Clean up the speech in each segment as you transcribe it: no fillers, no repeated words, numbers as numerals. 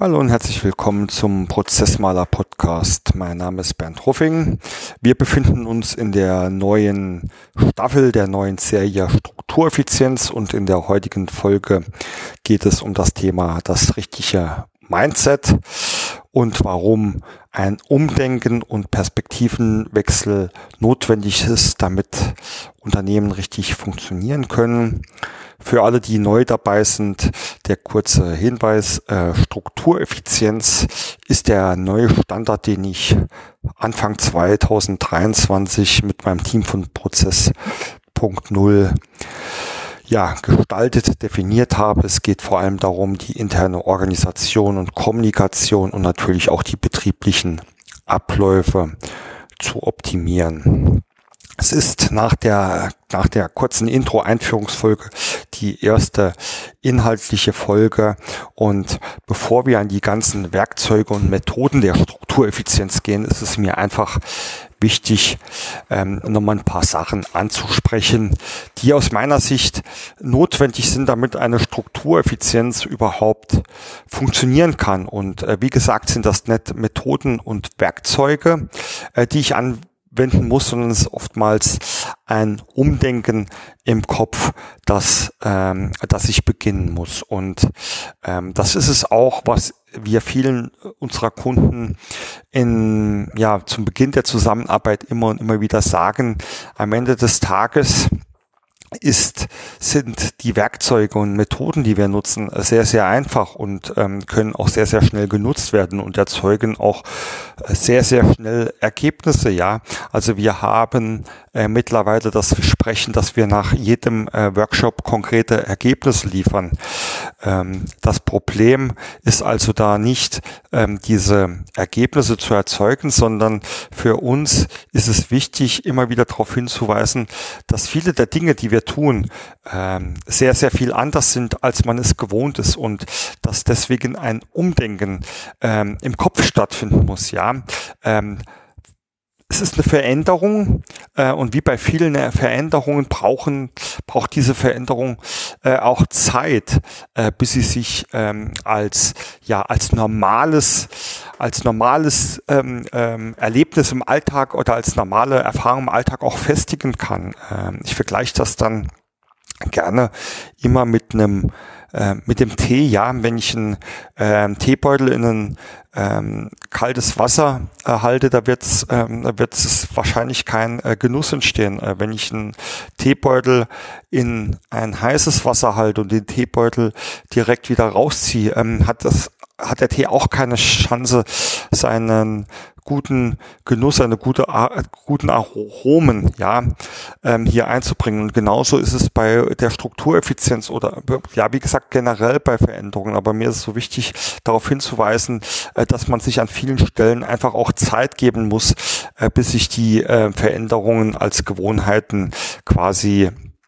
Hallo und herzlich willkommen zum Prozessmaler Podcast. Mein Name ist Bernd Ruffing. Wir befinden uns in der neuen Staffel der neuen Serie Struktureffizienz und in der heutigen Folge geht es um das Thema das richtige Mindset und warum ein Umdenken und Perspektivenwechsel notwendig ist, damit Unternehmen richtig funktionieren können. Für alle, die neu dabei sind, der kurze Hinweis, Struktureffizienz ist der neue Standard, den ich Anfang 2023 mit meinem Team von Prozess.0 gestaltet, definiert habe. Es geht vor allem darum, die interne Organisation und Kommunikation und natürlich auch die betrieblichen Abläufe zu optimieren. Es ist nach der kurzen Intro-Einführungsfolge die erste inhaltliche Folge und bevor wir an die ganzen Werkzeuge und Methoden der Struktureffizienz gehen, ist es mir einfach wichtig, nochmal ein paar Sachen anzusprechen, die aus meiner Sicht notwendig sind, damit eine Struktureffizienz überhaupt funktionieren kann. Und wie gesagt, sind das nicht Methoden und Werkzeuge, die ich anwenden muss, sondern es ist oftmals ein Umdenken im Kopf, das ich beginnen muss. Und das ist es auch, was wir vielen unserer Kunden zum Beginn der Zusammenarbeit immer und immer wieder sagen. Am Ende des Tages sind die Werkzeuge und Methoden, die wir nutzen, sehr, sehr einfach und können auch sehr, sehr schnell genutzt werden und erzeugen auch sehr, sehr schnell Ergebnisse, ja. Also wir haben mittlerweile das Versprechen, dass wir nach jedem Workshop konkrete Ergebnisse liefern. Das Problem ist also da nicht, diese Ergebnisse zu erzeugen, sondern für uns ist es wichtig, immer wieder darauf hinzuweisen, dass viele der Dinge, die wir tun, sehr, sehr viel anders sind, als man es gewohnt ist und dass deswegen ein Umdenken im Kopf stattfinden muss, ja. Es ist eine Veränderung und wie bei vielen Veränderungen braucht diese Veränderung auch Zeit, bis sie sich als normales Erlebnis im Alltag oder als normale Erfahrung im Alltag auch festigen kann. Ich vergleiche das dann gerne immer mit dem Tee, ja, wenn ich einen Teebeutel in ein kaltes Wasser halte, da wird es wahrscheinlich kein Genuss entstehen. Wenn ich einen Teebeutel in ein heißes Wasser halte und den Teebeutel direkt wieder rausziehe, hat der Tee auch keine Chance, seinen guten Genuss, guten Aromen, hier einzubringen. Und genauso ist es bei der Struktureffizienz oder, wie gesagt, generell bei Veränderungen. Aber mir ist es so wichtig, darauf hinzuweisen, dass man sich an vielen Stellen einfach auch Zeit geben muss, bis sich die Veränderungen als Gewohnheiten quasi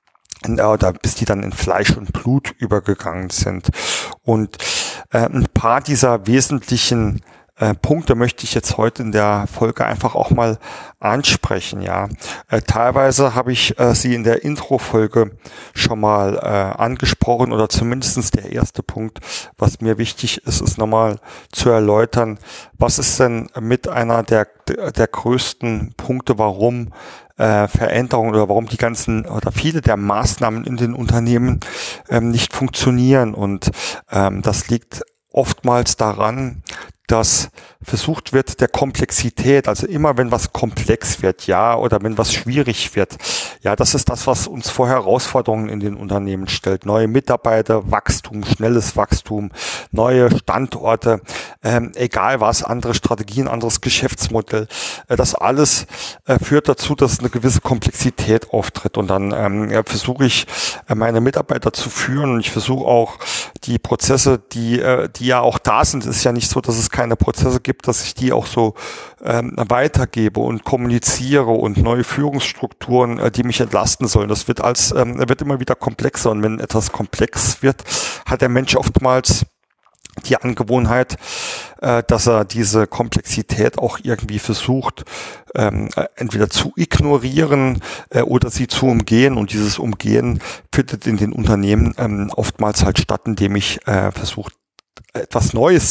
bis die dann in Fleisch und Blut übergegangen sind. Und ein paar dieser wesentlichen Punkte möchte ich jetzt heute in der Folge einfach auch mal ansprechen, ja. Teilweise habe ich sie in der Intro-Folge schon mal angesprochen oder zumindestens der erste Punkt, was mir wichtig ist, ist nochmal zu erläutern, was ist denn mit einer der größten Punkte, warum Veränderungen oder warum die ganzen oder viele der Maßnahmen in den Unternehmen nicht funktionieren. Und das liegt oftmals daran, dass versucht wird, der Komplexität, also immer wenn was komplex wird, ja, oder wenn was schwierig wird, ja, das ist das, was uns vor Herausforderungen in den Unternehmen stellt. Neue Mitarbeiter, Wachstum, schnelles Wachstum, neue Standorte, egal was, andere Strategien, anderes Geschäftsmodell, das alles führt dazu, dass eine gewisse Komplexität auftritt und dann versuche ich, meine Mitarbeiter zu führen und ich versuche auch die Prozesse, die ja auch da sind, ist ja nicht so, dass es keine Prozesse gibt, dass ich die auch so weitergebe und kommuniziere und neue Führungsstrukturen, die mich entlasten sollen. Das wird immer wieder komplexer und wenn etwas komplex wird, hat der Mensch oftmals die Angewohnheit, dass er diese Komplexität auch irgendwie versucht, entweder zu ignorieren oder sie zu umgehen. Und dieses Umgehen findet in den Unternehmen oftmals halt statt, indem ich versuche, etwas Neues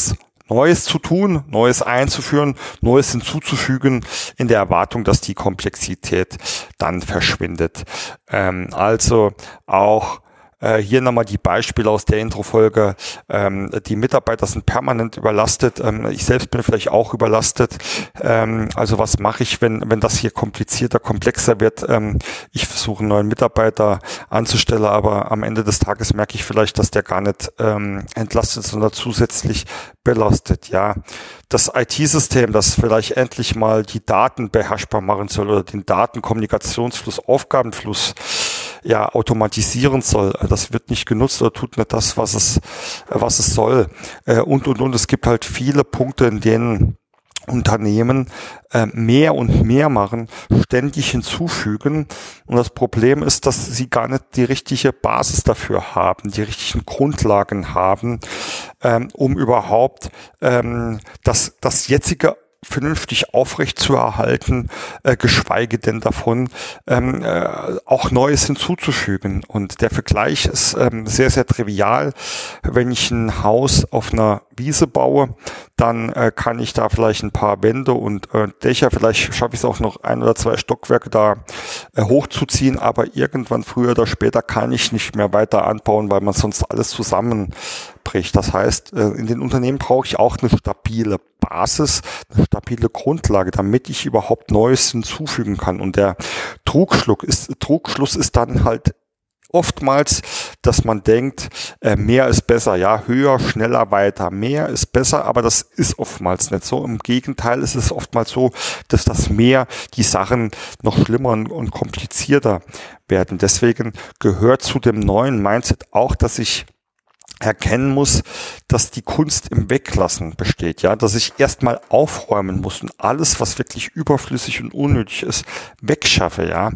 Neues zu tun, Neues einzuführen, Neues hinzuzufügen, in der Erwartung, dass die Komplexität dann verschwindet. Also auch hier nochmal die Beispiele aus der Introfolge. Die Mitarbeiter sind permanent überlastet. Ich selbst bin vielleicht auch überlastet. Also was mache ich, wenn das hier komplizierter, komplexer wird? Ich versuche einen neuen Mitarbeiter anzustellen, aber am Ende des Tages merke ich vielleicht, dass der gar nicht entlastet, sondern zusätzlich belastet. Ja, das IT-System, das vielleicht endlich mal die Daten beherrschbar machen soll oder den Datenkommunikationsfluss, Aufgabenfluss automatisieren soll. Das wird nicht genutzt oder tut nicht das, was es soll. Und. Es gibt halt viele Punkte, in denen Unternehmen mehr und mehr machen, ständig hinzufügen. Und das Problem ist, dass sie gar nicht die richtige Basis dafür haben, die richtigen Grundlagen haben, um überhaupt das jetzige vernünftig aufrecht zu erhalten, geschweige denn davon auch Neues hinzuzufügen. Und der Vergleich ist sehr, sehr trivial. Wenn ich ein Haus auf einer Wiese baue, dann kann ich da vielleicht ein paar Wände und Dächer, vielleicht schaffe ich es auch noch 1 oder 2 Stockwerke da hochzuziehen, aber irgendwann früher oder später kann ich nicht mehr weiter anbauen, weil man sonst alles zusammenbricht. Das heißt, in den Unternehmen brauche ich auch eine stabile Basis, eine stabile Grundlage, damit ich überhaupt Neues hinzufügen kann. Und der Trugschluss ist dann halt oftmals, dass man denkt, mehr ist besser, ja, höher, schneller, weiter, mehr ist besser, aber das ist oftmals nicht so. Im Gegenteil ist es oftmals so, dass das mehr die Sachen noch schlimmer und komplizierter werden. Deswegen gehört zu dem neuen Mindset auch, dass ich erkennen muss, dass die Kunst im Weglassen besteht, ja, dass ich erstmal aufräumen muss und alles, was wirklich überflüssig und unnötig ist, wegschaffe, ja.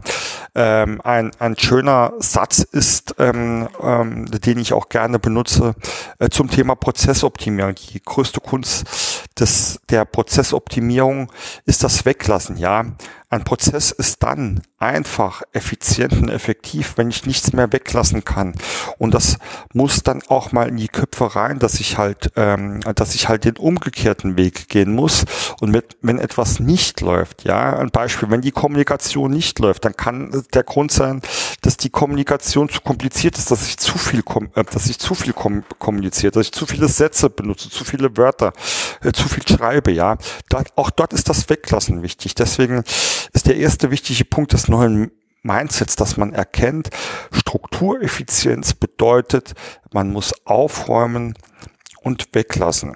Ein schöner Satz ist, den ich auch gerne benutze, zum Thema Prozessoptimierung. Die größte Kunst der Prozessoptimierung ist das Weglassen, ja. Ein Prozess ist dann einfach, effizient und effektiv, wenn ich nichts mehr weglassen kann. Und das muss dann auch mal in die Köpfe rein, dass ich halt den umgekehrten Weg gehen muss. Und wenn etwas nicht läuft, ja, ein Beispiel, wenn die Kommunikation nicht läuft, dann kann der Grund sein, dass die Kommunikation zu kompliziert ist, dass ich zu viel kommuniziere, dass ich zu viele Sätze benutze, zu viele Wörter, zu viel schreibe, ja. Auch dort ist das Weglassen wichtig. Deswegen ist der erste wichtige Punkt des neuen Mindsets, dass man erkennt, Struktureffizienz bedeutet, man muss aufräumen und weglassen.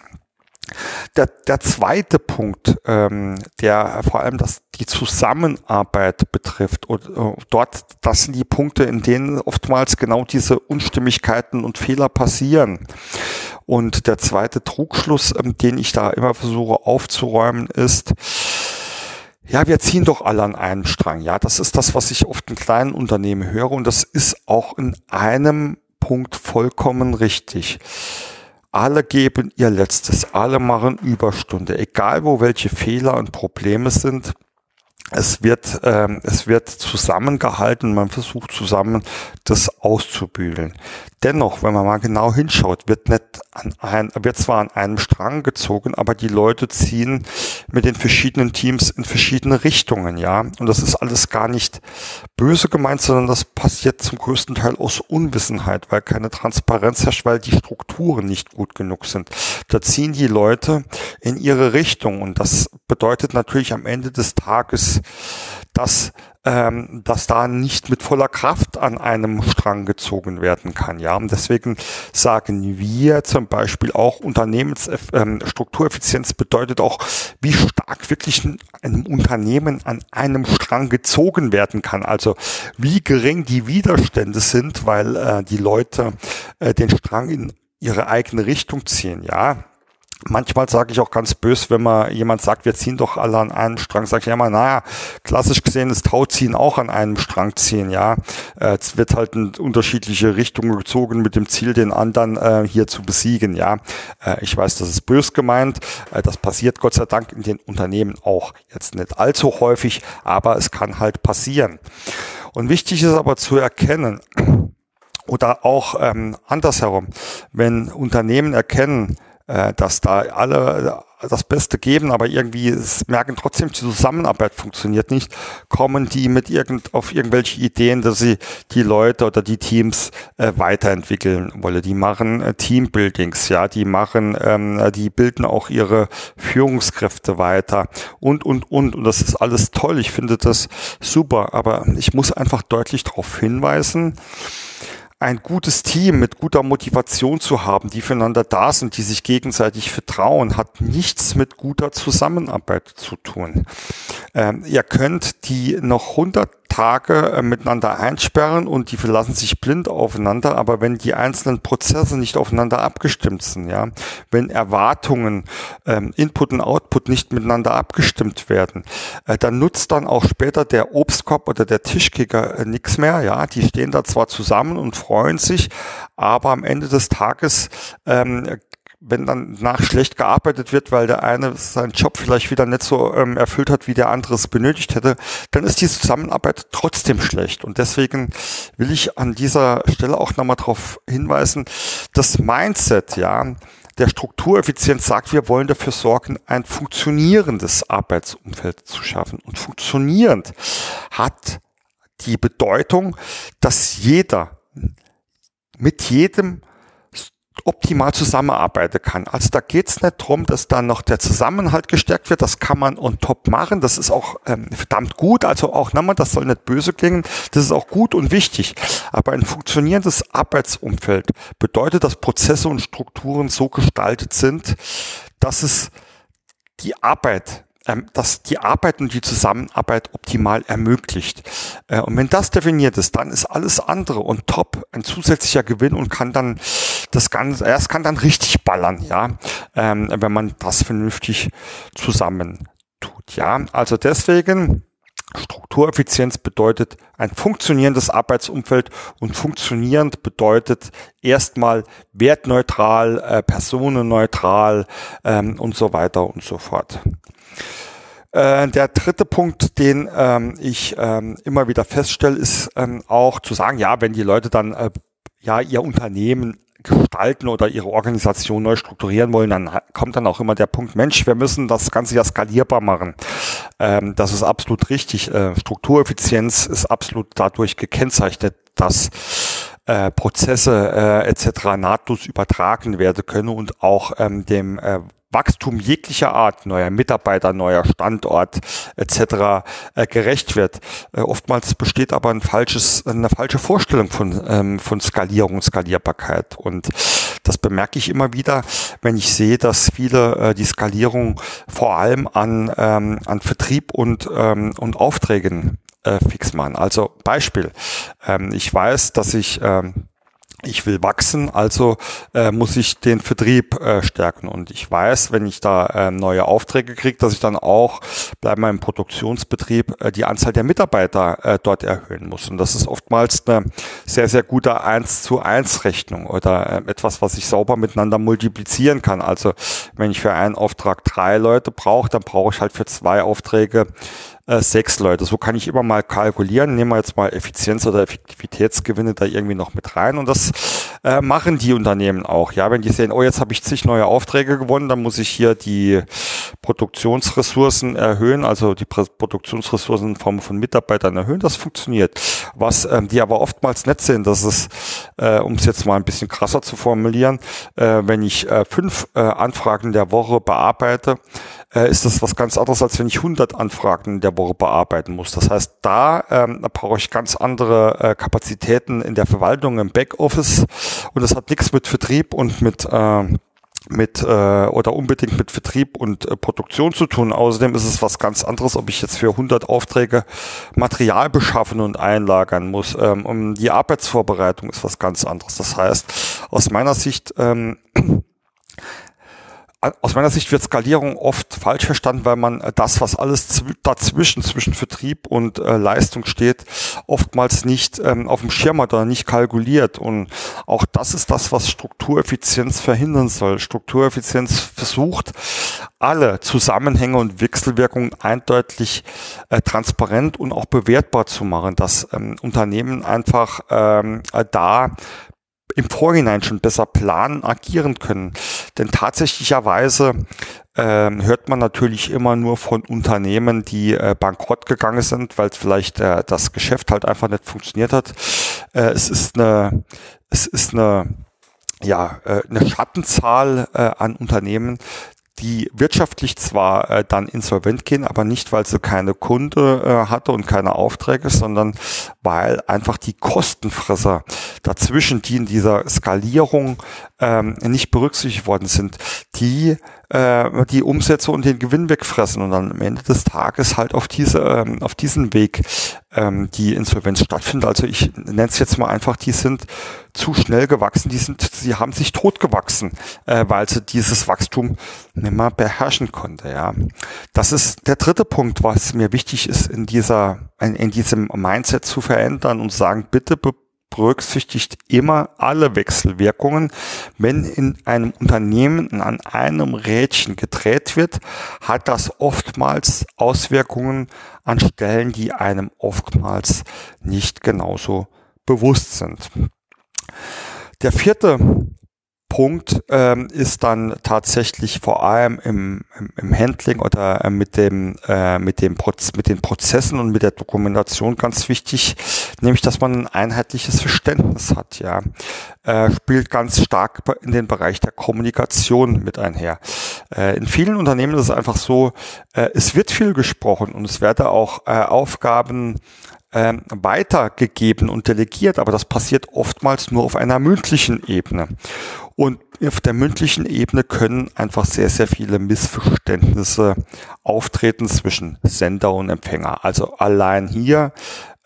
Der zweite Punkt, der vor allem die Zusammenarbeit betrifft, und das sind die Punkte, in denen oftmals genau diese Unstimmigkeiten und Fehler passieren. Und der zweite Trugschluss, den ich da immer versuche aufzuräumen, ist, ja, wir ziehen doch alle an einen Strang. Ja, das ist das, was ich oft in kleinen Unternehmen höre, und das ist auch in einem Punkt vollkommen richtig. Alle geben ihr Letztes, alle machen Überstunde, egal wo welche Fehler und Probleme sind. Es wird zusammengehalten, man versucht zusammen das auszubügeln. Dennoch, wenn man mal genau hinschaut, wird zwar an einem Strang gezogen, aber die Leute ziehen mit den verschiedenen Teams in verschiedene Richtungen, ja. Und das ist alles gar nicht böse gemeint, sondern das passiert zum größten Teil aus Unwissenheit, weil keine Transparenz herrscht, weil die Strukturen nicht gut genug sind. Da ziehen die Leute in ihre Richtung, und das bedeutet natürlich am Ende des Tages, dass da nicht mit voller Kraft an einem Strang gezogen werden kann, ja. Und deswegen sagen wir zum Beispiel auch, Struktureffizienz bedeutet auch, wie stark wirklich ein Unternehmen an einem Strang gezogen werden kann. Also wie gering die Widerstände sind, weil die Leute den Strang in ihre eigene Richtung ziehen, ja. Manchmal sage ich auch ganz böse, wenn mal jemand sagt, wir ziehen doch alle an einen Strang, sage ich ja immer, naja, klassisch gesehen ist Tauziehen auch an einem Strang ziehen, ja. Es wird halt in unterschiedliche Richtungen gezogen mit dem Ziel, den anderen hier zu besiegen, ja. Ich weiß, das ist böse gemeint, das passiert Gott sei Dank in den Unternehmen auch jetzt nicht allzu häufig, aber es kann halt passieren. Und wichtig ist aber zu erkennen, oder auch andersherum, wenn Unternehmen erkennen, dass da alle das Beste geben, aber irgendwie merken trotzdem, die Zusammenarbeit funktioniert nicht, kommen die auf irgendwelche Ideen, dass sie die Leute oder die Teams weiterentwickeln wollen. Die machen Teambuildings, ja, die bilden auch ihre Führungskräfte weiter und. Und das ist alles toll. Ich finde das super, aber ich muss einfach deutlich darauf hinweisen, ein gutes Team mit guter Motivation zu haben, die füreinander da sind, die sich gegenseitig vertrauen, hat nichts mit guter Zusammenarbeit zu tun. Ihr könnt die noch 100 Tage miteinander einsperren und die verlassen sich blind aufeinander, aber wenn die einzelnen Prozesse nicht aufeinander abgestimmt sind, ja, wenn Erwartungen, Input und Output nicht miteinander abgestimmt werden, dann nutzt dann auch später der Obstkorb oder der Tischkicker nichts mehr, ja, die stehen da zwar zusammen und freuen sich, aber am Ende des Tages wenn dann nach schlecht gearbeitet wird, weil der eine seinen Job vielleicht wieder nicht so erfüllt hat, wie der andere es benötigt hätte, dann ist die Zusammenarbeit trotzdem schlecht. Und deswegen will ich an dieser Stelle auch nochmal darauf hinweisen, das Mindset, ja, der Struktureffizienz sagt, wir wollen dafür sorgen, ein funktionierendes Arbeitsumfeld zu schaffen. Und funktionierend hat die Bedeutung, dass jeder mit jedem optimal zusammenarbeiten kann. Also da geht es nicht darum, dass da noch der Zusammenhalt gestärkt wird. Das kann man on top machen. Das ist auch verdammt gut. Also auch nochmal, das soll nicht böse klingen. Das ist auch gut und wichtig. Aber ein funktionierendes Arbeitsumfeld bedeutet, dass Prozesse und Strukturen so gestaltet sind, dass es die Arbeit und die Zusammenarbeit optimal ermöglicht. Und wenn das definiert ist, dann ist alles andere on top ein zusätzlicher Gewinn und kann dann es kann dann richtig ballern, ja, wenn man das vernünftig zusammentut, ja. Also deswegen, Struktureffizienz bedeutet ein funktionierendes Arbeitsumfeld und funktionierend bedeutet erstmal wertneutral, personenneutral und so weiter und so fort. Der dritte Punkt, den ich immer wieder feststelle, ist auch zu sagen, ja, wenn die Leute dann ihr Unternehmen gestalten oder ihre Organisation neu strukturieren wollen, dann kommt dann auch immer der Punkt, Mensch, wir müssen das Ganze ja skalierbar machen. Das ist absolut richtig. Struktureffizienz ist absolut dadurch gekennzeichnet, dass Prozesse etc. nahtlos übertragen werden können und auch dem Wachstum jeglicher Art, neuer Mitarbeiter, neuer Standort etc. Gerecht wird. Oftmals besteht aber eine falsche Vorstellung von Skalierung und Skalierbarkeit. Und das bemerke ich immer wieder, wenn ich sehe, dass viele die Skalierung vor allem an Vertrieb und Aufträgen fix machen. Also Beispiel, ich weiß, dass ich will wachsen, also muss ich den Vertrieb stärken. Und ich weiß, wenn ich da neue Aufträge kriege, dass ich dann auch, bleiben wir im Produktionsbetrieb, die Anzahl der Mitarbeiter dort erhöhen muss. Und das ist oftmals eine sehr, sehr gute 1:1 Rechnung oder etwas, was ich sauber miteinander multiplizieren kann. Also wenn ich für einen Auftrag 3 Leute brauche, dann brauche ich halt für 2 Aufträge 6 Leute. So kann ich immer mal kalkulieren. Nehmen wir jetzt mal Effizienz oder Effektivitätsgewinne da irgendwie noch mit rein. Und das machen die Unternehmen auch. Ja, wenn die sehen, oh, jetzt habe ich zig neue Aufträge gewonnen, dann muss ich hier die Produktionsressourcen erhöhen, also die Produktionsressourcen in Form von Mitarbeitern erhöhen. Das funktioniert. Was die aber oftmals nicht sehen, dass es, um es jetzt mal ein bisschen krasser zu formulieren, wenn ich 5 Anfragen der Woche bearbeite, ist das was ganz anderes, als wenn ich 100 Anfragen der Woche bearbeiten muss. Das heißt, da brauche ich ganz andere Kapazitäten in der Verwaltung, im Backoffice, und das hat nichts mit Vertrieb und oder unbedingt mit Vertrieb und Produktion zu tun. Außerdem ist es was ganz anderes, ob ich jetzt für 100 Aufträge Material beschaffen und einlagern muss. Die Arbeitsvorbereitung ist was ganz anderes. Das heißt, aus meiner Sicht wird Skalierung oft falsch verstanden, weil man das, was alles zwischen Vertrieb und Leistung steht, oftmals nicht auf dem Schirm hat oder nicht kalkuliert. Und auch das ist das, was Struktureffizienz verhindern soll. Struktureffizienz versucht, alle Zusammenhänge und Wechselwirkungen eindeutig transparent und auch bewertbar zu machen, dass Unternehmen einfach da im Vorhinein schon besser planen, agieren können. Denn tatsächlicherweise hört man natürlich immer nur von Unternehmen, die bankrott gegangen sind, weil vielleicht das Geschäft halt einfach nicht funktioniert hat. Es ist eine Schattenzahl an Unternehmen, die wirtschaftlich zwar dann insolvent gehen, aber nicht, weil sie keine Kunde hatte und keine Aufträge, sondern weil einfach die Kostenfresser dazwischen, die in dieser Skalierung nicht berücksichtigt worden sind, die Umsätze und den Gewinn wegfressen und dann am Ende des Tages halt auf diesen Weg die Insolvenz stattfindet. Also ich nenne es jetzt mal einfach, die sind zu schnell gewachsen, sie haben sich totgewachsen, weil sie dieses Wachstum nicht mehr beherrschen konnte. Ja, das ist der dritte Punkt, was mir wichtig ist, in diesem Mindset zu verändern und sagen, bitte berücksichtigt immer alle Wechselwirkungen. Wenn in einem Unternehmen an einem Rädchen gedreht wird, hat das oftmals Auswirkungen an Stellen, die einem oftmals nicht genauso bewusst sind. Der vierte Punkt ist dann tatsächlich vor allem im Handling oder mit den Prozessen und mit der Dokumentation ganz wichtig, nämlich dass man ein einheitliches Verständnis hat. Ja, spielt ganz stark in den Bereich der Kommunikation mit einher. In vielen Unternehmen ist es einfach so, es wird viel gesprochen und es werden auch Aufgaben weitergegeben und delegiert, aber das passiert oftmals nur auf einer mündlichen Ebene. Und auf der mündlichen Ebene können einfach sehr, sehr viele Missverständnisse auftreten zwischen Sender und Empfänger. Also allein hier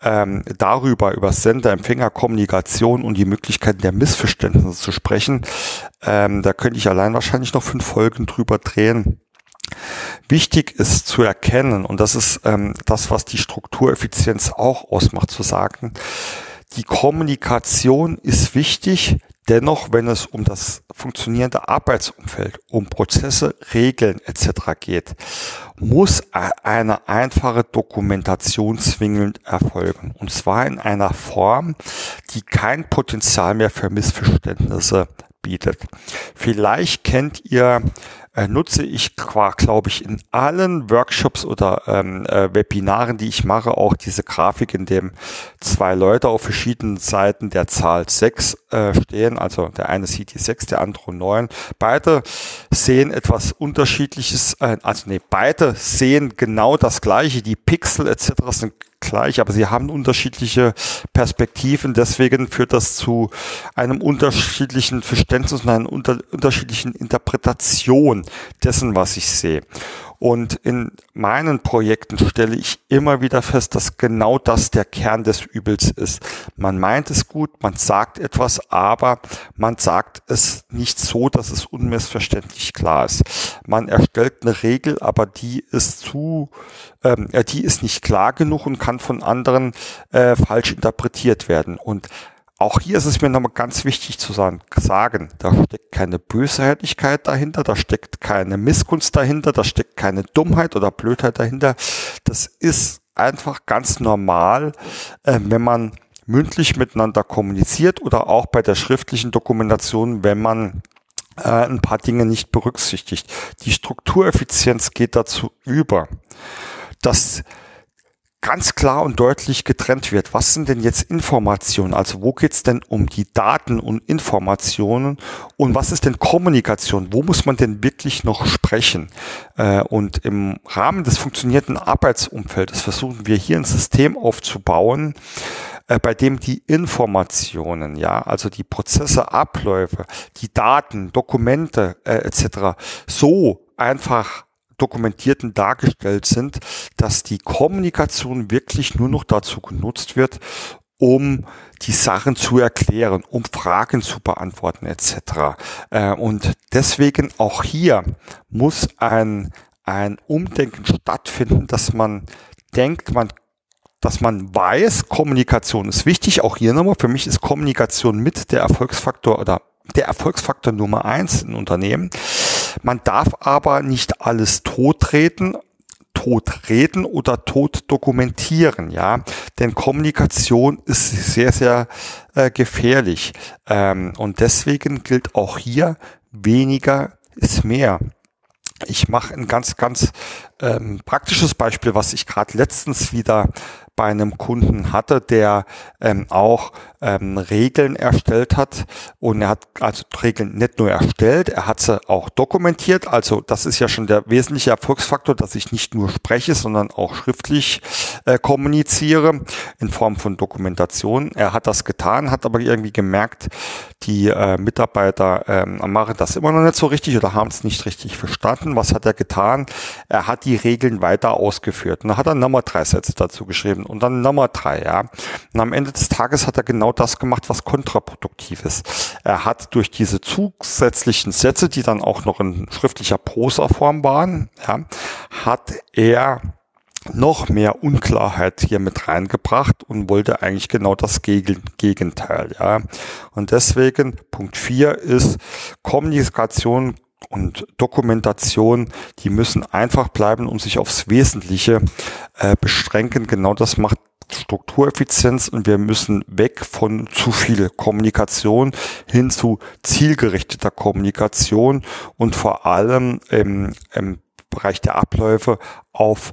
über Sender-Empfänger-Kommunikation und die Möglichkeiten der Missverständnisse zu sprechen, da könnte ich allein wahrscheinlich noch 5 Folgen drüber drehen. Wichtig ist zu erkennen, und das ist das, was die Struktureffizienz auch ausmacht, zu sagen, die Kommunikation ist wichtig, dennoch, wenn es um das funktionierende Arbeitsumfeld, um Prozesse, Regeln etc. geht, muss eine einfache Dokumentation zwingend erfolgen. Und zwar in einer Form, die kein Potenzial mehr für Missverständnisse bietet. Vielleicht kennt ihr, nutze ich, glaube ich, in allen Workshops oder Webinaren, die ich mache, auch diese Grafik, in dem 2 Leute auf verschiedenen Seiten der Zahl 6 stehen. Also der eine sieht die 6, der andere 9. Beide sehen etwas Unterschiedliches, beide sehen genau das Gleiche. Die Pixel etc. sind gleich, aber sie haben unterschiedliche Perspektiven. Deswegen führt das zu einem unterschiedlichen Verständnis und einer unterschiedlichen Interpretation dessen, was ich sehe. Und in meinen Projekten stelle ich immer wieder fest, dass genau das der Kern des Übels ist. Man meint es gut, man sagt etwas, aber man sagt es nicht so, dass es unmissverständlich klar ist. Man erstellt eine Regel, aber die ist nicht klar genug und kann von anderen falsch interpretiert werden. Und auch hier ist es mir nochmal ganz wichtig zu sagen, da steckt keine Bösartigkeit dahinter, da steckt keine Missgunst dahinter, da steckt keine Dummheit oder Blödheit dahinter. Das ist einfach ganz normal, wenn man mündlich miteinander kommuniziert oder auch bei der schriftlichen Dokumentation, wenn man ein paar Dinge nicht berücksichtigt. Die Struktureffizienz geht dazu über, dass ganz klar und deutlich getrennt wird. Was sind denn jetzt Informationen? Also wo geht's denn um die Daten und Informationen? Und was ist denn Kommunikation? Wo muss man denn wirklich noch sprechen? Und im Rahmen des funktionierenden Arbeitsumfeldes versuchen wir hier ein System aufzubauen, bei dem die Informationen, also die Prozesse, Abläufe, die Daten, Dokumente etc. so einfach dokumentiert und dargestellt sind, dass die Kommunikation wirklich nur noch dazu genutzt wird, um die Sachen zu erklären, um Fragen zu beantworten etc. Und deswegen auch hier muss ein Umdenken stattfinden, dass man denkt, dass man weiß, Kommunikation ist wichtig. Auch hier nochmal, für mich ist Kommunikation mit der Erfolgsfaktor Nummer 1 in Unternehmen. Man darf aber nicht alles totreden oder tot dokumentieren, denn Kommunikation ist sehr, sehr gefährlich. Und deswegen gilt auch hier, weniger ist mehr. Ich mache ein ganz praktisches Beispiel, was ich gerade letztens wieder bei einem Kunden hatte, der auch Regeln erstellt hat, und er hat also Regeln nicht nur erstellt, er hat sie auch dokumentiert. Also das ist ja schon der wesentliche Erfolgsfaktor, dass ich nicht nur spreche, sondern auch schriftlich kommuniziere in Form von Dokumentation. Er hat das getan, hat aber irgendwie gemerkt, die Mitarbeiter machen das immer noch nicht so richtig oder haben es nicht richtig verstanden. Was hat er getan? Er hat die Regeln weiter ausgeführt. Und dann hat er nochmal 3 Sätze dazu geschrieben und dann nochmal 3, ja. Und am Ende des Tages hat er genau das gemacht, was kontraproduktiv ist. Er hat durch diese zusätzlichen Sätze, die dann auch noch in schriftlicher Prosaform waren, ja, hat er noch mehr Unklarheit hier mit reingebracht und wollte eigentlich genau das Gegenteil, ja. Und deswegen Punkt 4 ist Kommunikation und Dokumentation, die müssen einfach bleiben und sich aufs Wesentliche beschränken. Genau das macht Struktureffizienz, und wir müssen weg von zu viel Kommunikation hin zu zielgerichteter Kommunikation und vor allem im Bereich der Abläufe auf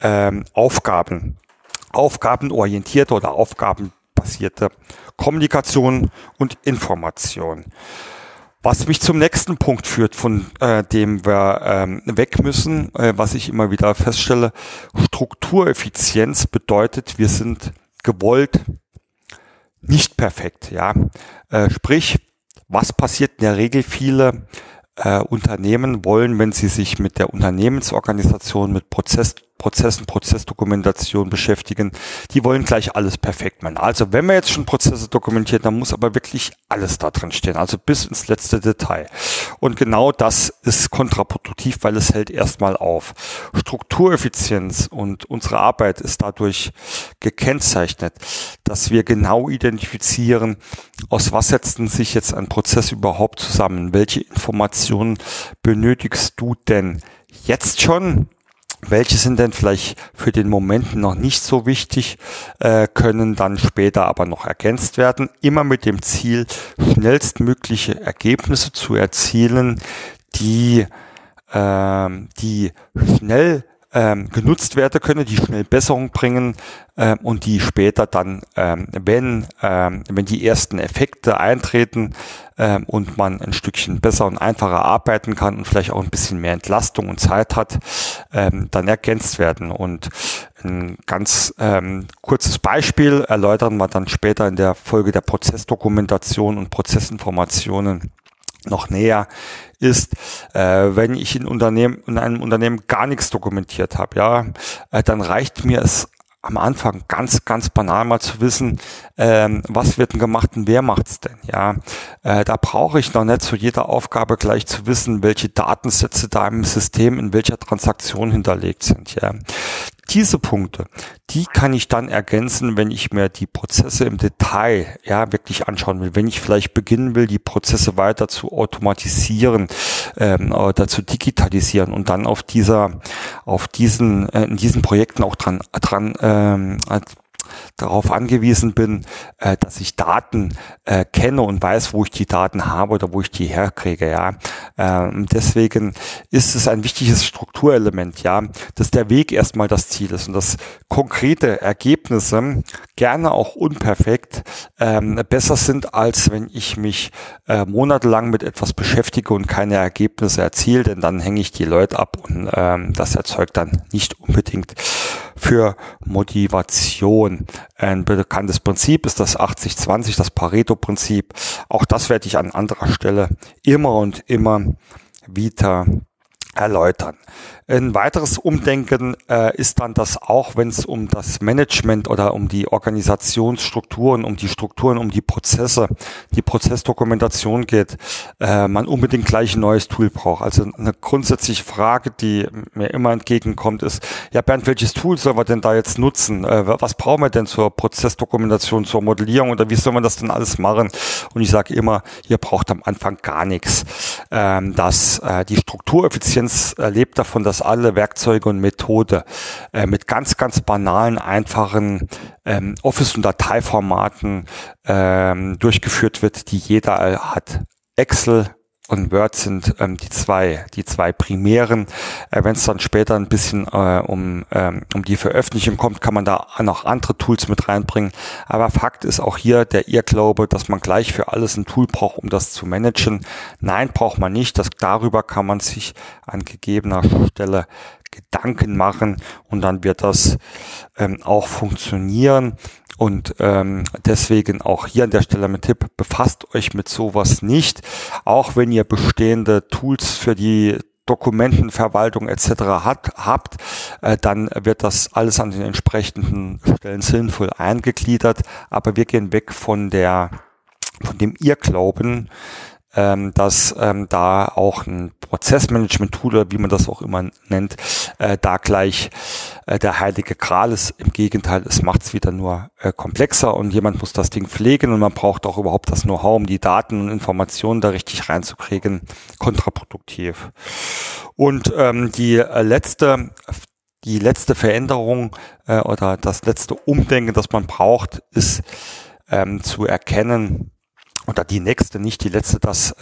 aufgabenorientierte oder aufgabenbasierte Kommunikation und Information. Was mich zum nächsten Punkt führt, von dem wir weg müssen, was ich immer wieder feststelle: Struktureffizienz bedeutet, wir sind gewollt nicht perfekt. Ja, sprich, was passiert in der Regel? Viele Unternehmen wollen, wenn sie sich mit der Unternehmensorganisation, mit Prozessen, Prozessdokumentation beschäftigen, die wollen gleich alles perfekt machen. Also wenn wir jetzt schon Prozesse dokumentieren, dann muss aber wirklich alles da drin stehen, also bis ins letzte Detail. Und genau das ist kontraproduktiv, weil es hält erstmal auf. Struktureffizienz und unsere Arbeit ist dadurch gekennzeichnet, dass wir genau identifizieren, aus was setzt sich jetzt ein Prozess überhaupt zusammen, welche Informationen benötigst du denn jetzt schon, welche sind denn vielleicht für den Moment noch nicht so wichtig, können dann später aber noch ergänzt werden, immer mit dem Ziel, schnellstmögliche Ergebnisse zu erzielen, die schnell genutzt werden können, die schnell Besserung bringen und die später dann, wenn die ersten Effekte eintreten und man ein Stückchen besser und einfacher arbeiten kann und vielleicht auch ein bisschen mehr Entlastung und Zeit hat, dann ergänzt werden. Und ein ganz kurzes Beispiel erläutern wir dann später in der Folge der Prozessdokumentation und Prozessinformationen noch näher, ist, wenn ich in einem Unternehmen gar nichts dokumentiert habe, ja, dann reicht mir es am Anfang ganz banal mal zu wissen, was wird denn gemacht und wer macht's denn, ja. Da brauche ich noch nicht zu jeder Aufgabe gleich zu wissen, welche Datensätze da im System in welcher Transaktion hinterlegt sind, ja. Diese Punkte, die kann ich dann ergänzen, wenn ich mir die Prozesse im Detail wirklich anschauen will. Wenn ich vielleicht beginnen will, die Prozesse weiter zu automatisieren oder zu digitalisieren und dann in diesen Projekten auch darauf angewiesen bin, dass ich Daten kenne und weiß, wo ich die Daten habe oder wo ich die herkriege, ja. Deswegen ist es ein wichtiges Strukturelement, ja, dass der Weg erstmal das Ziel ist und dass konkrete Ergebnisse, gerne auch unperfekt, besser sind, als wenn ich mich monatelang mit etwas beschäftige und keine Ergebnisse erziele, denn dann hänge ich die Leute ab und das erzeugt dann nicht unbedingt für Motivation. Ein bekanntes Prinzip ist das 80-20, das Pareto-Prinzip. Auch das werde ich an anderer Stelle immer und immer wieder erläutern. Ein weiteres Umdenken ist dann das auch, wenn es um das Management oder um die Organisationsstrukturen, um die Strukturen, um die Prozesse, die Prozessdokumentation geht, man unbedingt gleich ein neues Tool braucht. Also eine grundsätzliche Frage, die mir immer entgegenkommt, ist, ja Bernd, welches Tool sollen wir denn da jetzt nutzen? Was brauchen wir denn zur Prozessdokumentation, zur Modellierung oder wie soll man das denn alles machen? Und ich sage immer, ihr braucht am Anfang gar nichts. Die Struktureffizienz lebt davon, dass alle Werkzeuge und Methode mit ganz banalen, einfachen Office- und Dateiformaten durchgeführt wird, die jeder hat. Excel, und Word sind die zwei primären. Wenn es dann später ein bisschen um die Veröffentlichung kommt, kann man da noch andere Tools mit reinbringen. Aber Fakt ist auch hier der Irrglaube, dass man gleich für alles ein Tool braucht, um das zu managen. Nein, braucht man nicht. Darüber kann man sich an gegebener Stelle Gedanken machen und dann wird das auch funktionieren. Und deswegen auch hier an der Stelle mein Tipp, befasst euch mit sowas nicht. Auch wenn ihr bestehende Tools für die Dokumentenverwaltung etc. habt, dann wird das alles an den entsprechenden Stellen sinnvoll eingegliedert. Aber wir gehen weg von dem Irrglauben, dass da auch ein Prozessmanagement-Tool oder wie man das auch immer nennt, da gleich der heilige Gral ist. Im Gegenteil, es macht es wieder nur komplexer und jemand muss das Ding pflegen und man braucht auch überhaupt das Know-how, um die Daten und Informationen da richtig reinzukriegen. Kontraproduktiv. Und die letzte Veränderung oder das letzte Umdenken, das man braucht, ist zu erkennen, oder die nächste, nicht die letzte, dass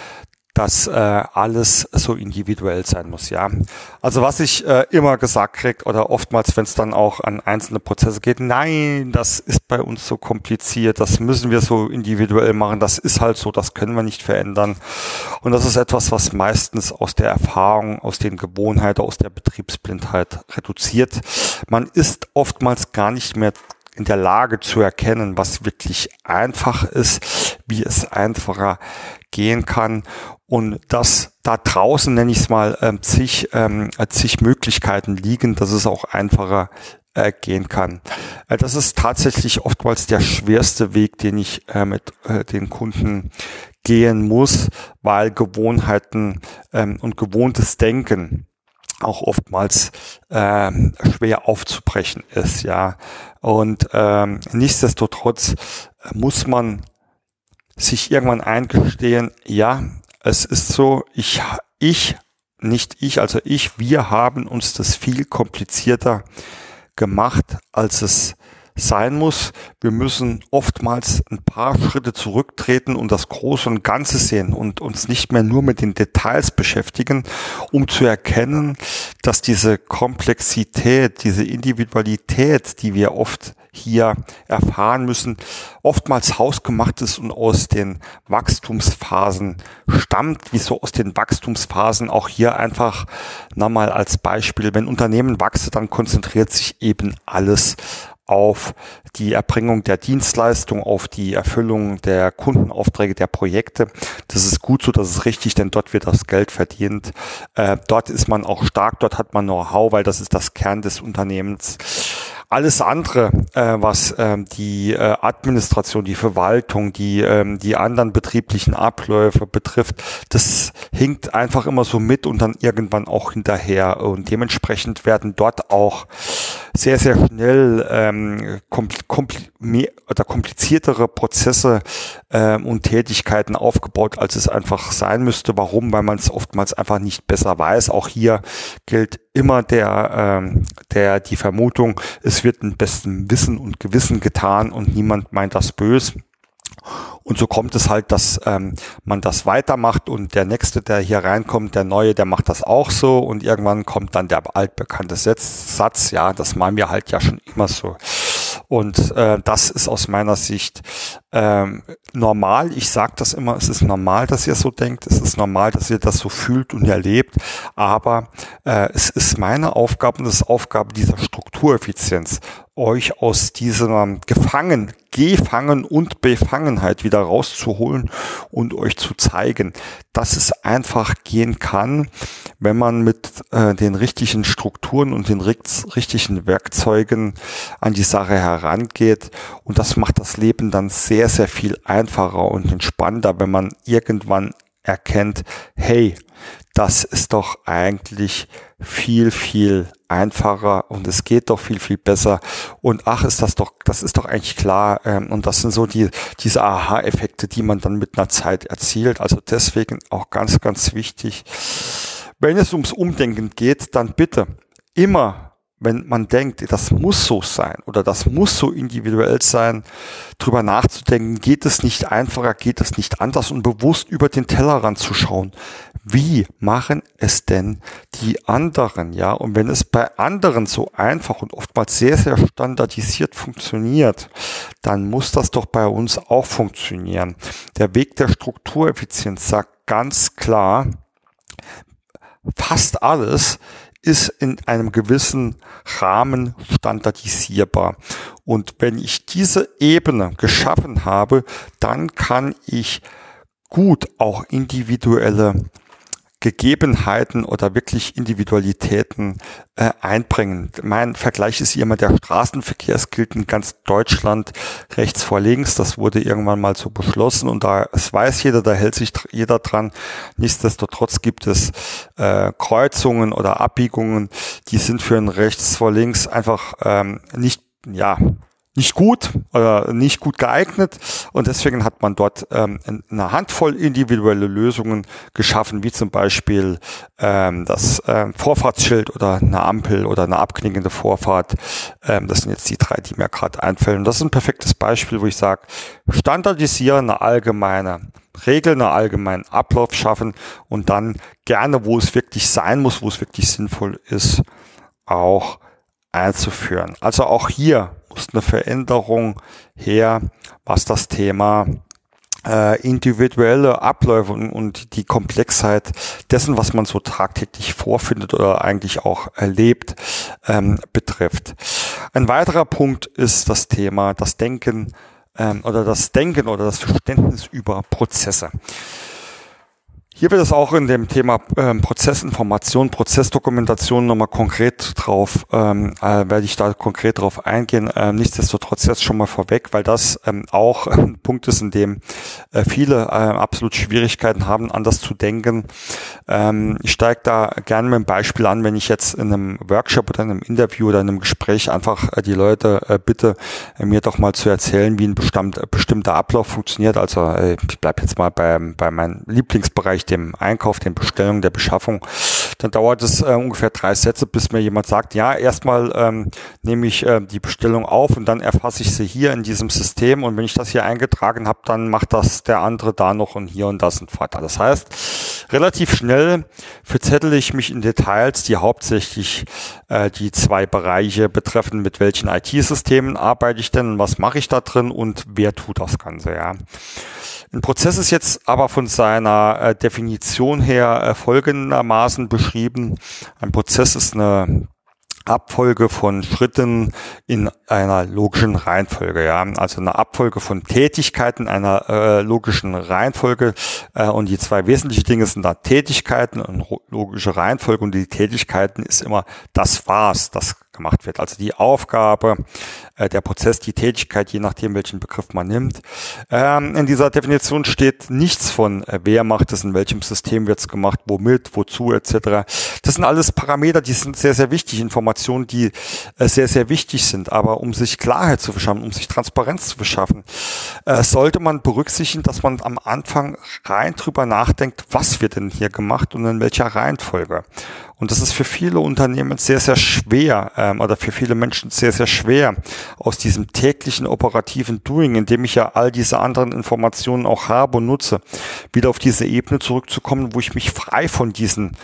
alles so individuell sein muss, ja. Also was ich immer gesagt kriege oder oftmals, wenn es dann auch an einzelne Prozesse geht, nein, das ist bei uns so kompliziert, das müssen wir so individuell machen, das ist halt so, das können wir nicht verändern. Und das ist etwas, was meistens aus der Erfahrung, aus den Gewohnheiten, aus der Betriebsblindheit reduziert. Man ist oftmals gar nicht mehr in der Lage zu erkennen, was wirklich einfach ist, wie es einfacher gehen kann und dass da draußen, nenne ich es mal, zig Möglichkeiten liegen, dass es auch einfacher gehen kann. Das ist tatsächlich oftmals der schwerste Weg, den ich mit den Kunden gehen muss, weil Gewohnheiten und gewohntes Denken auch oftmals schwer aufzubrechen ist, ja. Und nichtsdestotrotz muss man sich irgendwann eingestehen, ja, es ist so, wir haben uns das viel komplizierter gemacht, als es sein muss. Wir müssen oftmals ein paar Schritte zurücktreten und das Große und Ganze sehen und uns nicht mehr nur mit den Details beschäftigen, um zu erkennen, dass diese Komplexität, diese Individualität, die wir oft hier erfahren müssen, oftmals hausgemacht ist und aus den Wachstumsphasen stammt, wie so aus den Wachstumsphasen auch hier einfach nochmal als Beispiel, wenn Unternehmen wachsen, dann konzentriert sich eben alles auf die Erbringung der Dienstleistung, auf die Erfüllung der Kundenaufträge, der Projekte. Das ist gut so, das ist richtig, denn dort wird das Geld verdient. Dort ist man auch stark, dort hat man Know-how, weil das ist das Kern des Unternehmens. Alles andere, was die Administration, die Verwaltung, die anderen betrieblichen Abläufe betrifft, das hinkt einfach immer so mit und dann irgendwann auch hinterher. Und dementsprechend werden dort auch sehr, sehr schnell kompliziertere Prozesse und Tätigkeiten aufgebaut, als es einfach sein müsste. Warum? Weil man es oftmals einfach nicht besser weiß. Auch hier gilt immer die Vermutung, es wird in bestem Wissen und Gewissen getan und niemand meint das böse. Und so kommt es halt, dass man das weitermacht und der Nächste, der hier reinkommt, der Neue, der macht das auch so und irgendwann kommt dann der altbekannte Satz, ja, das machen wir halt ja schon immer so. Und das ist aus meiner Sicht normal. Ich sage das immer, es ist normal, dass ihr so denkt. Es ist normal, dass ihr das so fühlt und erlebt. Aber es ist meine Aufgabe und es ist Aufgabe dieser Struktureffizienz, euch aus dieser Gefangen und Befangenheit wieder rauszuholen und euch zu zeigen, dass es einfach gehen kann, wenn man mit den richtigen Strukturen und den richtigen Werkzeugen an die Sache herangeht. Und das macht das Leben dann sehr, sehr viel einfacher und entspannter, wenn man irgendwann erkennt, hey, das ist doch eigentlich viel, viel einfacher und es geht doch viel, viel besser und das ist doch eigentlich klar und das sind so diese Aha-Effekte, die man dann mit einer Zeit erzielt. Also deswegen auch ganz, ganz wichtig, wenn es ums Umdenken geht, dann bitte immer, wenn man denkt, das muss so sein oder das muss so individuell sein, drüber nachzudenken, geht es nicht einfacher, geht es nicht anders und bewusst über den Tellerrand zu schauen. Wie machen es denn die anderen? Ja, und wenn es bei anderen so einfach und oftmals sehr, sehr standardisiert funktioniert, dann muss das doch bei uns auch funktionieren. Der Weg der Struktureffizienz sagt ganz klar, fast alles ist in einem gewissen Rahmen standardisierbar. Und wenn ich diese Ebene geschaffen habe, dann kann ich gut auch individuelle Gegebenheiten oder wirklich Individualitäten einbringen. Mein Vergleich ist hier immer der Straßenverkehr. Es gilt in ganz Deutschland rechts vor links. Das wurde irgendwann mal so beschlossen und es weiß jeder, da hält sich jeder dran. Nichtsdestotrotz gibt es Kreuzungen oder Abbiegungen, die sind für ein rechts vor links einfach nicht gut oder nicht gut geeignet und deswegen hat man dort eine Handvoll individuelle Lösungen geschaffen, wie zum Beispiel das Vorfahrtsschild oder eine Ampel oder eine abknickende Vorfahrt. Das sind jetzt die 3, die mir gerade einfallen. Und das ist ein perfektes Beispiel, wo ich sage, standardisieren, eine allgemeine Regel, einen allgemeinen Ablauf schaffen und dann gerne, wo es wirklich sein muss, wo es wirklich sinnvoll ist, auch einzuführen. Also auch hier muss eine Veränderung her, was das Thema individuelle Abläufe und die Komplexheit dessen, was man so tagtäglich vorfindet oder eigentlich auch erlebt, betrifft. Ein weiterer Punkt ist das Thema das Denken oder das Verständnis über Prozesse. Hier wird es auch in dem Thema Prozessinformation, Prozessdokumentation nochmal konkret drauf, werde ich da konkret drauf eingehen. Nichtsdestotrotz jetzt schon mal vorweg, weil das auch ein Punkt ist, in dem viele absolut Schwierigkeiten haben, anders zu denken. Ich steige da gerne mit einem Beispiel an, wenn ich jetzt in einem Workshop oder in einem Interview oder in einem Gespräch einfach die Leute bitte, mir doch mal zu erzählen, wie ein bestimmter Ablauf funktioniert. Also ich bleibe jetzt mal bei meinem Lieblingsbereich, dem Einkauf, den Bestellungen, der Beschaffung, dann dauert es ungefähr 3 Sätze, bis mir jemand sagt, ja, erstmal nehme ich die Bestellung auf und dann erfasse ich sie hier in diesem System und wenn ich das hier eingetragen habe, dann macht das der andere da noch und hier und das und so weiter. Das heißt, relativ schnell verzettel ich mich in Details, die hauptsächlich die 2 Bereiche betreffen, mit welchen IT-Systemen arbeite ich denn, was mache ich da drin und wer tut das Ganze, ja. Ein Prozess ist jetzt aber von seiner Definition her folgendermaßen beschrieben. Ein Prozess ist eine Abfolge von Schritten in einer logischen Reihenfolge, ja, also eine Abfolge von Tätigkeiten einer logischen Reihenfolge und die 2 wesentlichen Dinge sind da Tätigkeiten und logische Reihenfolge und die Tätigkeiten ist immer das das gemacht wird, also die Aufgabe, der Prozess, die Tätigkeit, je nachdem, welchen Begriff man nimmt. In dieser Definition steht nichts von, wer macht es, in welchem System wird es gemacht, womit, wozu, etc. Das sind alles Parameter, die sind sehr, sehr wichtig, Informationen, die sehr, sehr wichtig sind. Aber um sich Klarheit zu verschaffen, um sich Transparenz zu verschaffen, sollte man berücksichtigen, dass man am Anfang rein drüber nachdenkt, was wird denn hier gemacht und in welcher Reihenfolge. Und das ist für viele Unternehmen sehr, sehr schwer oder für viele Menschen sehr, sehr schwer, aus diesem täglichen operativen Doing, in dem ich ja all diese anderen Informationen auch habe und nutze, wieder auf diese Ebene zurückzukommen, wo ich mich frei von diesen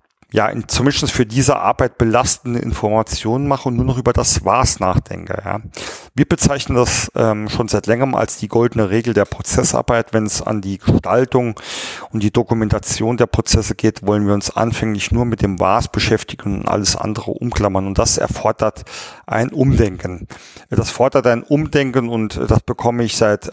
zumindest für diese Arbeit belastende Informationen mache und nur noch über das Was nachdenke. Ja. Wir bezeichnen das schon seit längerem als die goldene Regel der Prozessarbeit. Wenn es an die Gestaltung und die Dokumentation der Prozesse geht, wollen wir uns anfänglich nur mit dem Was beschäftigen und alles andere umklammern. Und das erfordert ein Umdenken. Das fordert ein Umdenken und das bekomme ich seit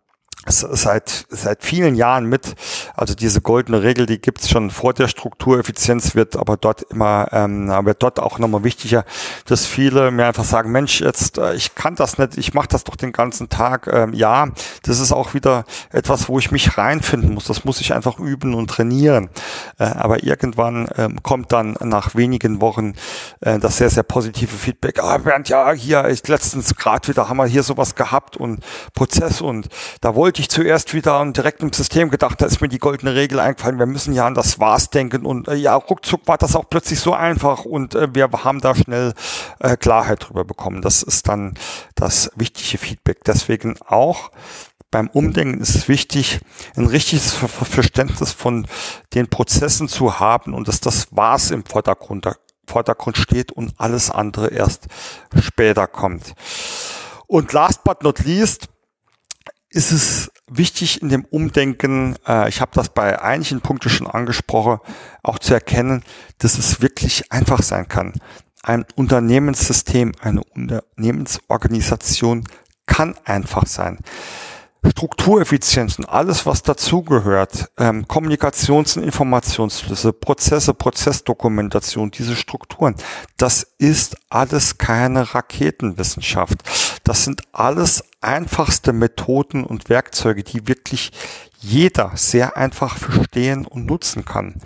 vielen Jahren mit. Also diese goldene Regel, die gibt's schon vor der Struktureffizienz, wird aber dort wird dort auch nochmal wichtiger, dass viele mir einfach sagen, Mensch, jetzt ich kann das nicht, ich mache das doch den ganzen Tag. Ja, das ist auch wieder etwas, wo ich mich reinfinden muss. Das muss ich einfach üben und trainieren. Aber irgendwann kommt dann nach wenigen Wochen das sehr, sehr positive Feedback. Bernd, ja, hier ist letztens gerade wieder, haben wir hier sowas gehabt und Prozess und da wollte hatte ich zuerst wieder direkt im System gedacht, da ist mir die goldene Regel eingefallen, wir müssen ja an das Was denken und ja, ruckzuck war das auch plötzlich so einfach und wir haben da schnell Klarheit drüber bekommen. Das ist dann das wichtige Feedback. Deswegen auch beim Umdenken ist es wichtig, ein richtiges Verständnis von den Prozessen zu haben und dass das Was im Vordergrund steht und alles andere erst später kommt. Und last but not least ist es wichtig in dem Umdenken, ich habe das bei einigen Punkten schon angesprochen, auch zu erkennen, dass es wirklich einfach sein kann. Ein Unternehmenssystem, eine Unternehmensorganisation kann einfach sein. Struktureffizienzen, alles was dazugehört, Kommunikations- und Informationsflüsse, Prozesse, Prozessdokumentation, diese Strukturen, das ist alles keine Raketenwissenschaft. Das sind alles einfachste Methoden und Werkzeuge, die wirklich jeder sehr einfach verstehen und nutzen kann.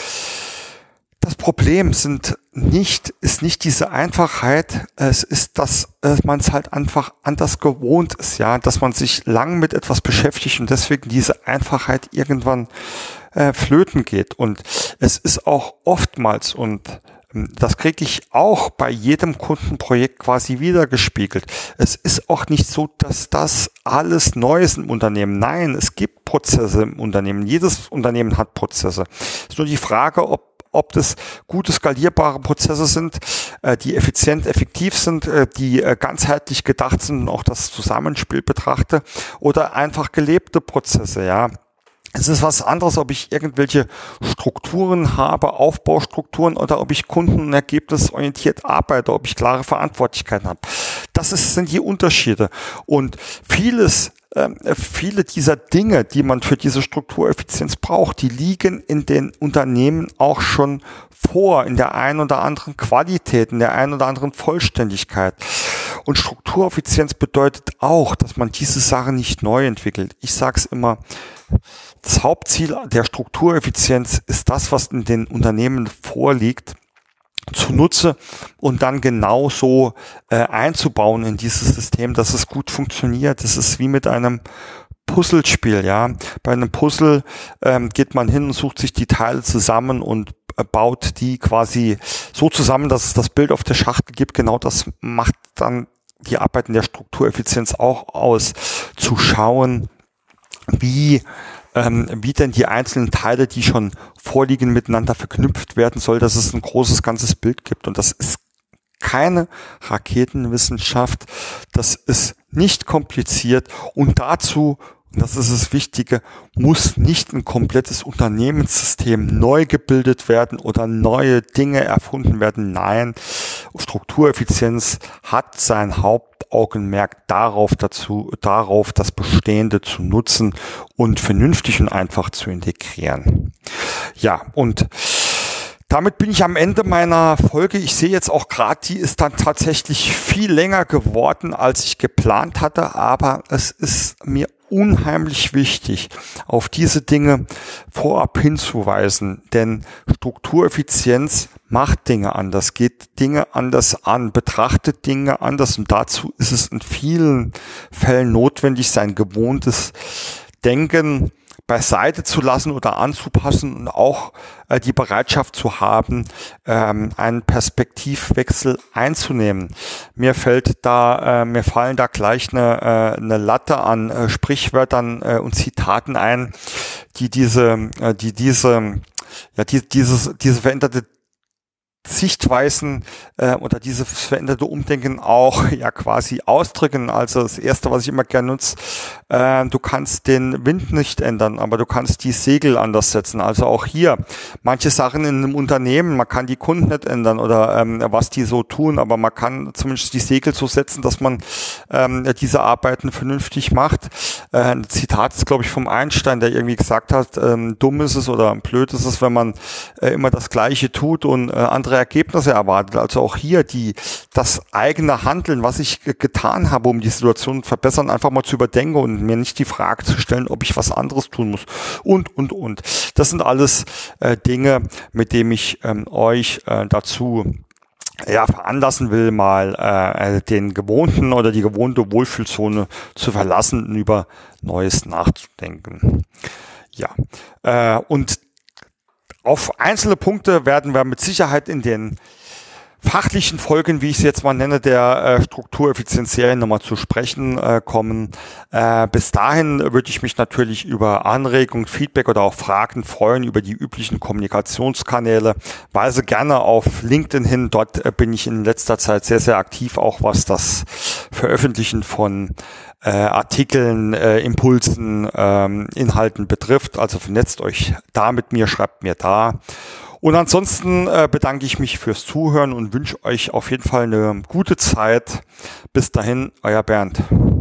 Das Problem ist nicht diese Einfachheit, es ist, dass man es halt einfach anders gewohnt ist, ja, dass man sich lang mit etwas beschäftigt und deswegen diese Einfachheit irgendwann flöten geht. Und es ist auch oftmals, und das kriege ich auch bei jedem Kundenprojekt quasi wiedergespiegelt. Es ist auch nicht so, dass das alles neu ist im Unternehmen. Nein, es gibt Prozesse im Unternehmen. Jedes Unternehmen hat Prozesse. Es ist nur die Frage, ob das gute skalierbare Prozesse sind, die effizient, effektiv sind, die ganzheitlich gedacht sind und auch das Zusammenspiel betrachte oder einfach gelebte Prozesse, ja. Es ist was anderes, ob ich irgendwelche Strukturen habe, Aufbaustrukturen oder ob ich kunden- und ergebnisorientiert arbeite, ob ich klare Verantwortlichkeiten habe. Sind die Unterschiede. Und viele dieser Dinge, die man für diese Struktureffizienz braucht, die liegen in den Unternehmen auch schon vor, in der einen oder anderen Qualität, in der einen oder anderen Vollständigkeit. Und Struktureffizienz bedeutet auch, dass man diese Sache nicht neu entwickelt. Ich sage es immer, das Hauptziel der Struktureffizienz ist das, was in den Unternehmen vorliegt, zunutze und dann genauso einzubauen in dieses System, dass es gut funktioniert. Das ist wie mit einem Puzzlespiel, ja. Bei einem Puzzle geht man hin und sucht sich die Teile zusammen und baut die quasi so zusammen, dass es das Bild auf der Schachtel gibt. Genau das macht dann die Arbeit in der Struktureffizienz auch aus, zu schauen, wie denn die einzelnen Teile, die schon vorliegen, miteinander verknüpft werden soll, dass es ein großes ganzes Bild gibt. Und das ist keine Raketenwissenschaft, das ist nicht kompliziert und dazu, und das ist das Wichtige, muss nicht ein komplettes Unternehmenssystem neu gebildet werden oder neue Dinge erfunden werden. Nein, Struktureffizienz hat sein Hauptaugenmerk darauf, das Bestehende zu nutzen und vernünftig und einfach zu integrieren. Ja, und damit bin ich am Ende meiner Folge. Ich sehe jetzt auch gerade, die ist dann tatsächlich viel länger geworden, als ich geplant hatte, aber es ist mir unheimlich wichtig, auf diese Dinge vorab hinzuweisen, denn Struktureffizienz macht Dinge anders, geht Dinge anders an, betrachtet Dinge anders und dazu ist es in vielen Fällen notwendig, sein gewohntes Denken beiseite zu lassen oder anzupassen und auch die Bereitschaft zu haben, einen Perspektivwechsel einzunehmen. Mir fallen da gleich eine Latte an Sprichwörtern und Zitaten ein, die diese veränderte Sichtweisen oder dieses veränderte Umdenken auch ja quasi ausdrücken. Also das Erste, was ich immer gerne nutze, du kannst den Wind nicht ändern, aber du kannst die Segel anders setzen. Also auch hier manche Sachen in einem Unternehmen, man kann die Kunden nicht ändern oder was die so tun, aber man kann zumindest die Segel so setzen, dass man diese Arbeiten vernünftig macht. Ein Zitat ist, glaube ich, vom Einstein, der irgendwie gesagt hat, dumm ist es oder blöd ist es, wenn man immer das Gleiche tut und andere Ergebnisse erwartet. Also auch hier das eigene Handeln, was ich getan habe, um die Situation zu verbessern, einfach mal zu überdenken und mir nicht die Frage zu stellen, ob ich was anderes tun muss. Und. Das sind alles Dinge, mit denen ich euch dazu veranlassen will, mal den gewohnten oder die gewohnte Wohlfühlzone zu verlassen und über Neues nachzudenken. Ja, und auf einzelne Punkte werden wir mit Sicherheit in den fachlichen Folgen, wie ich es jetzt mal nenne, der Struktureffizienzserien nochmal zu sprechen kommen. Bis dahin würde ich mich natürlich über Anregungen, Feedback oder auch Fragen freuen über die üblichen Kommunikationskanäle. Weise gerne auf LinkedIn hin. Dort bin ich in letzter Zeit sehr, sehr aktiv, auch was das Veröffentlichen von Artikeln, Impulsen, Inhalten betrifft. Also vernetzt euch da mit mir, schreibt mir da. Und ansonsten bedanke ich mich fürs Zuhören und wünsche euch auf jeden Fall eine gute Zeit. Bis dahin, euer Bernd.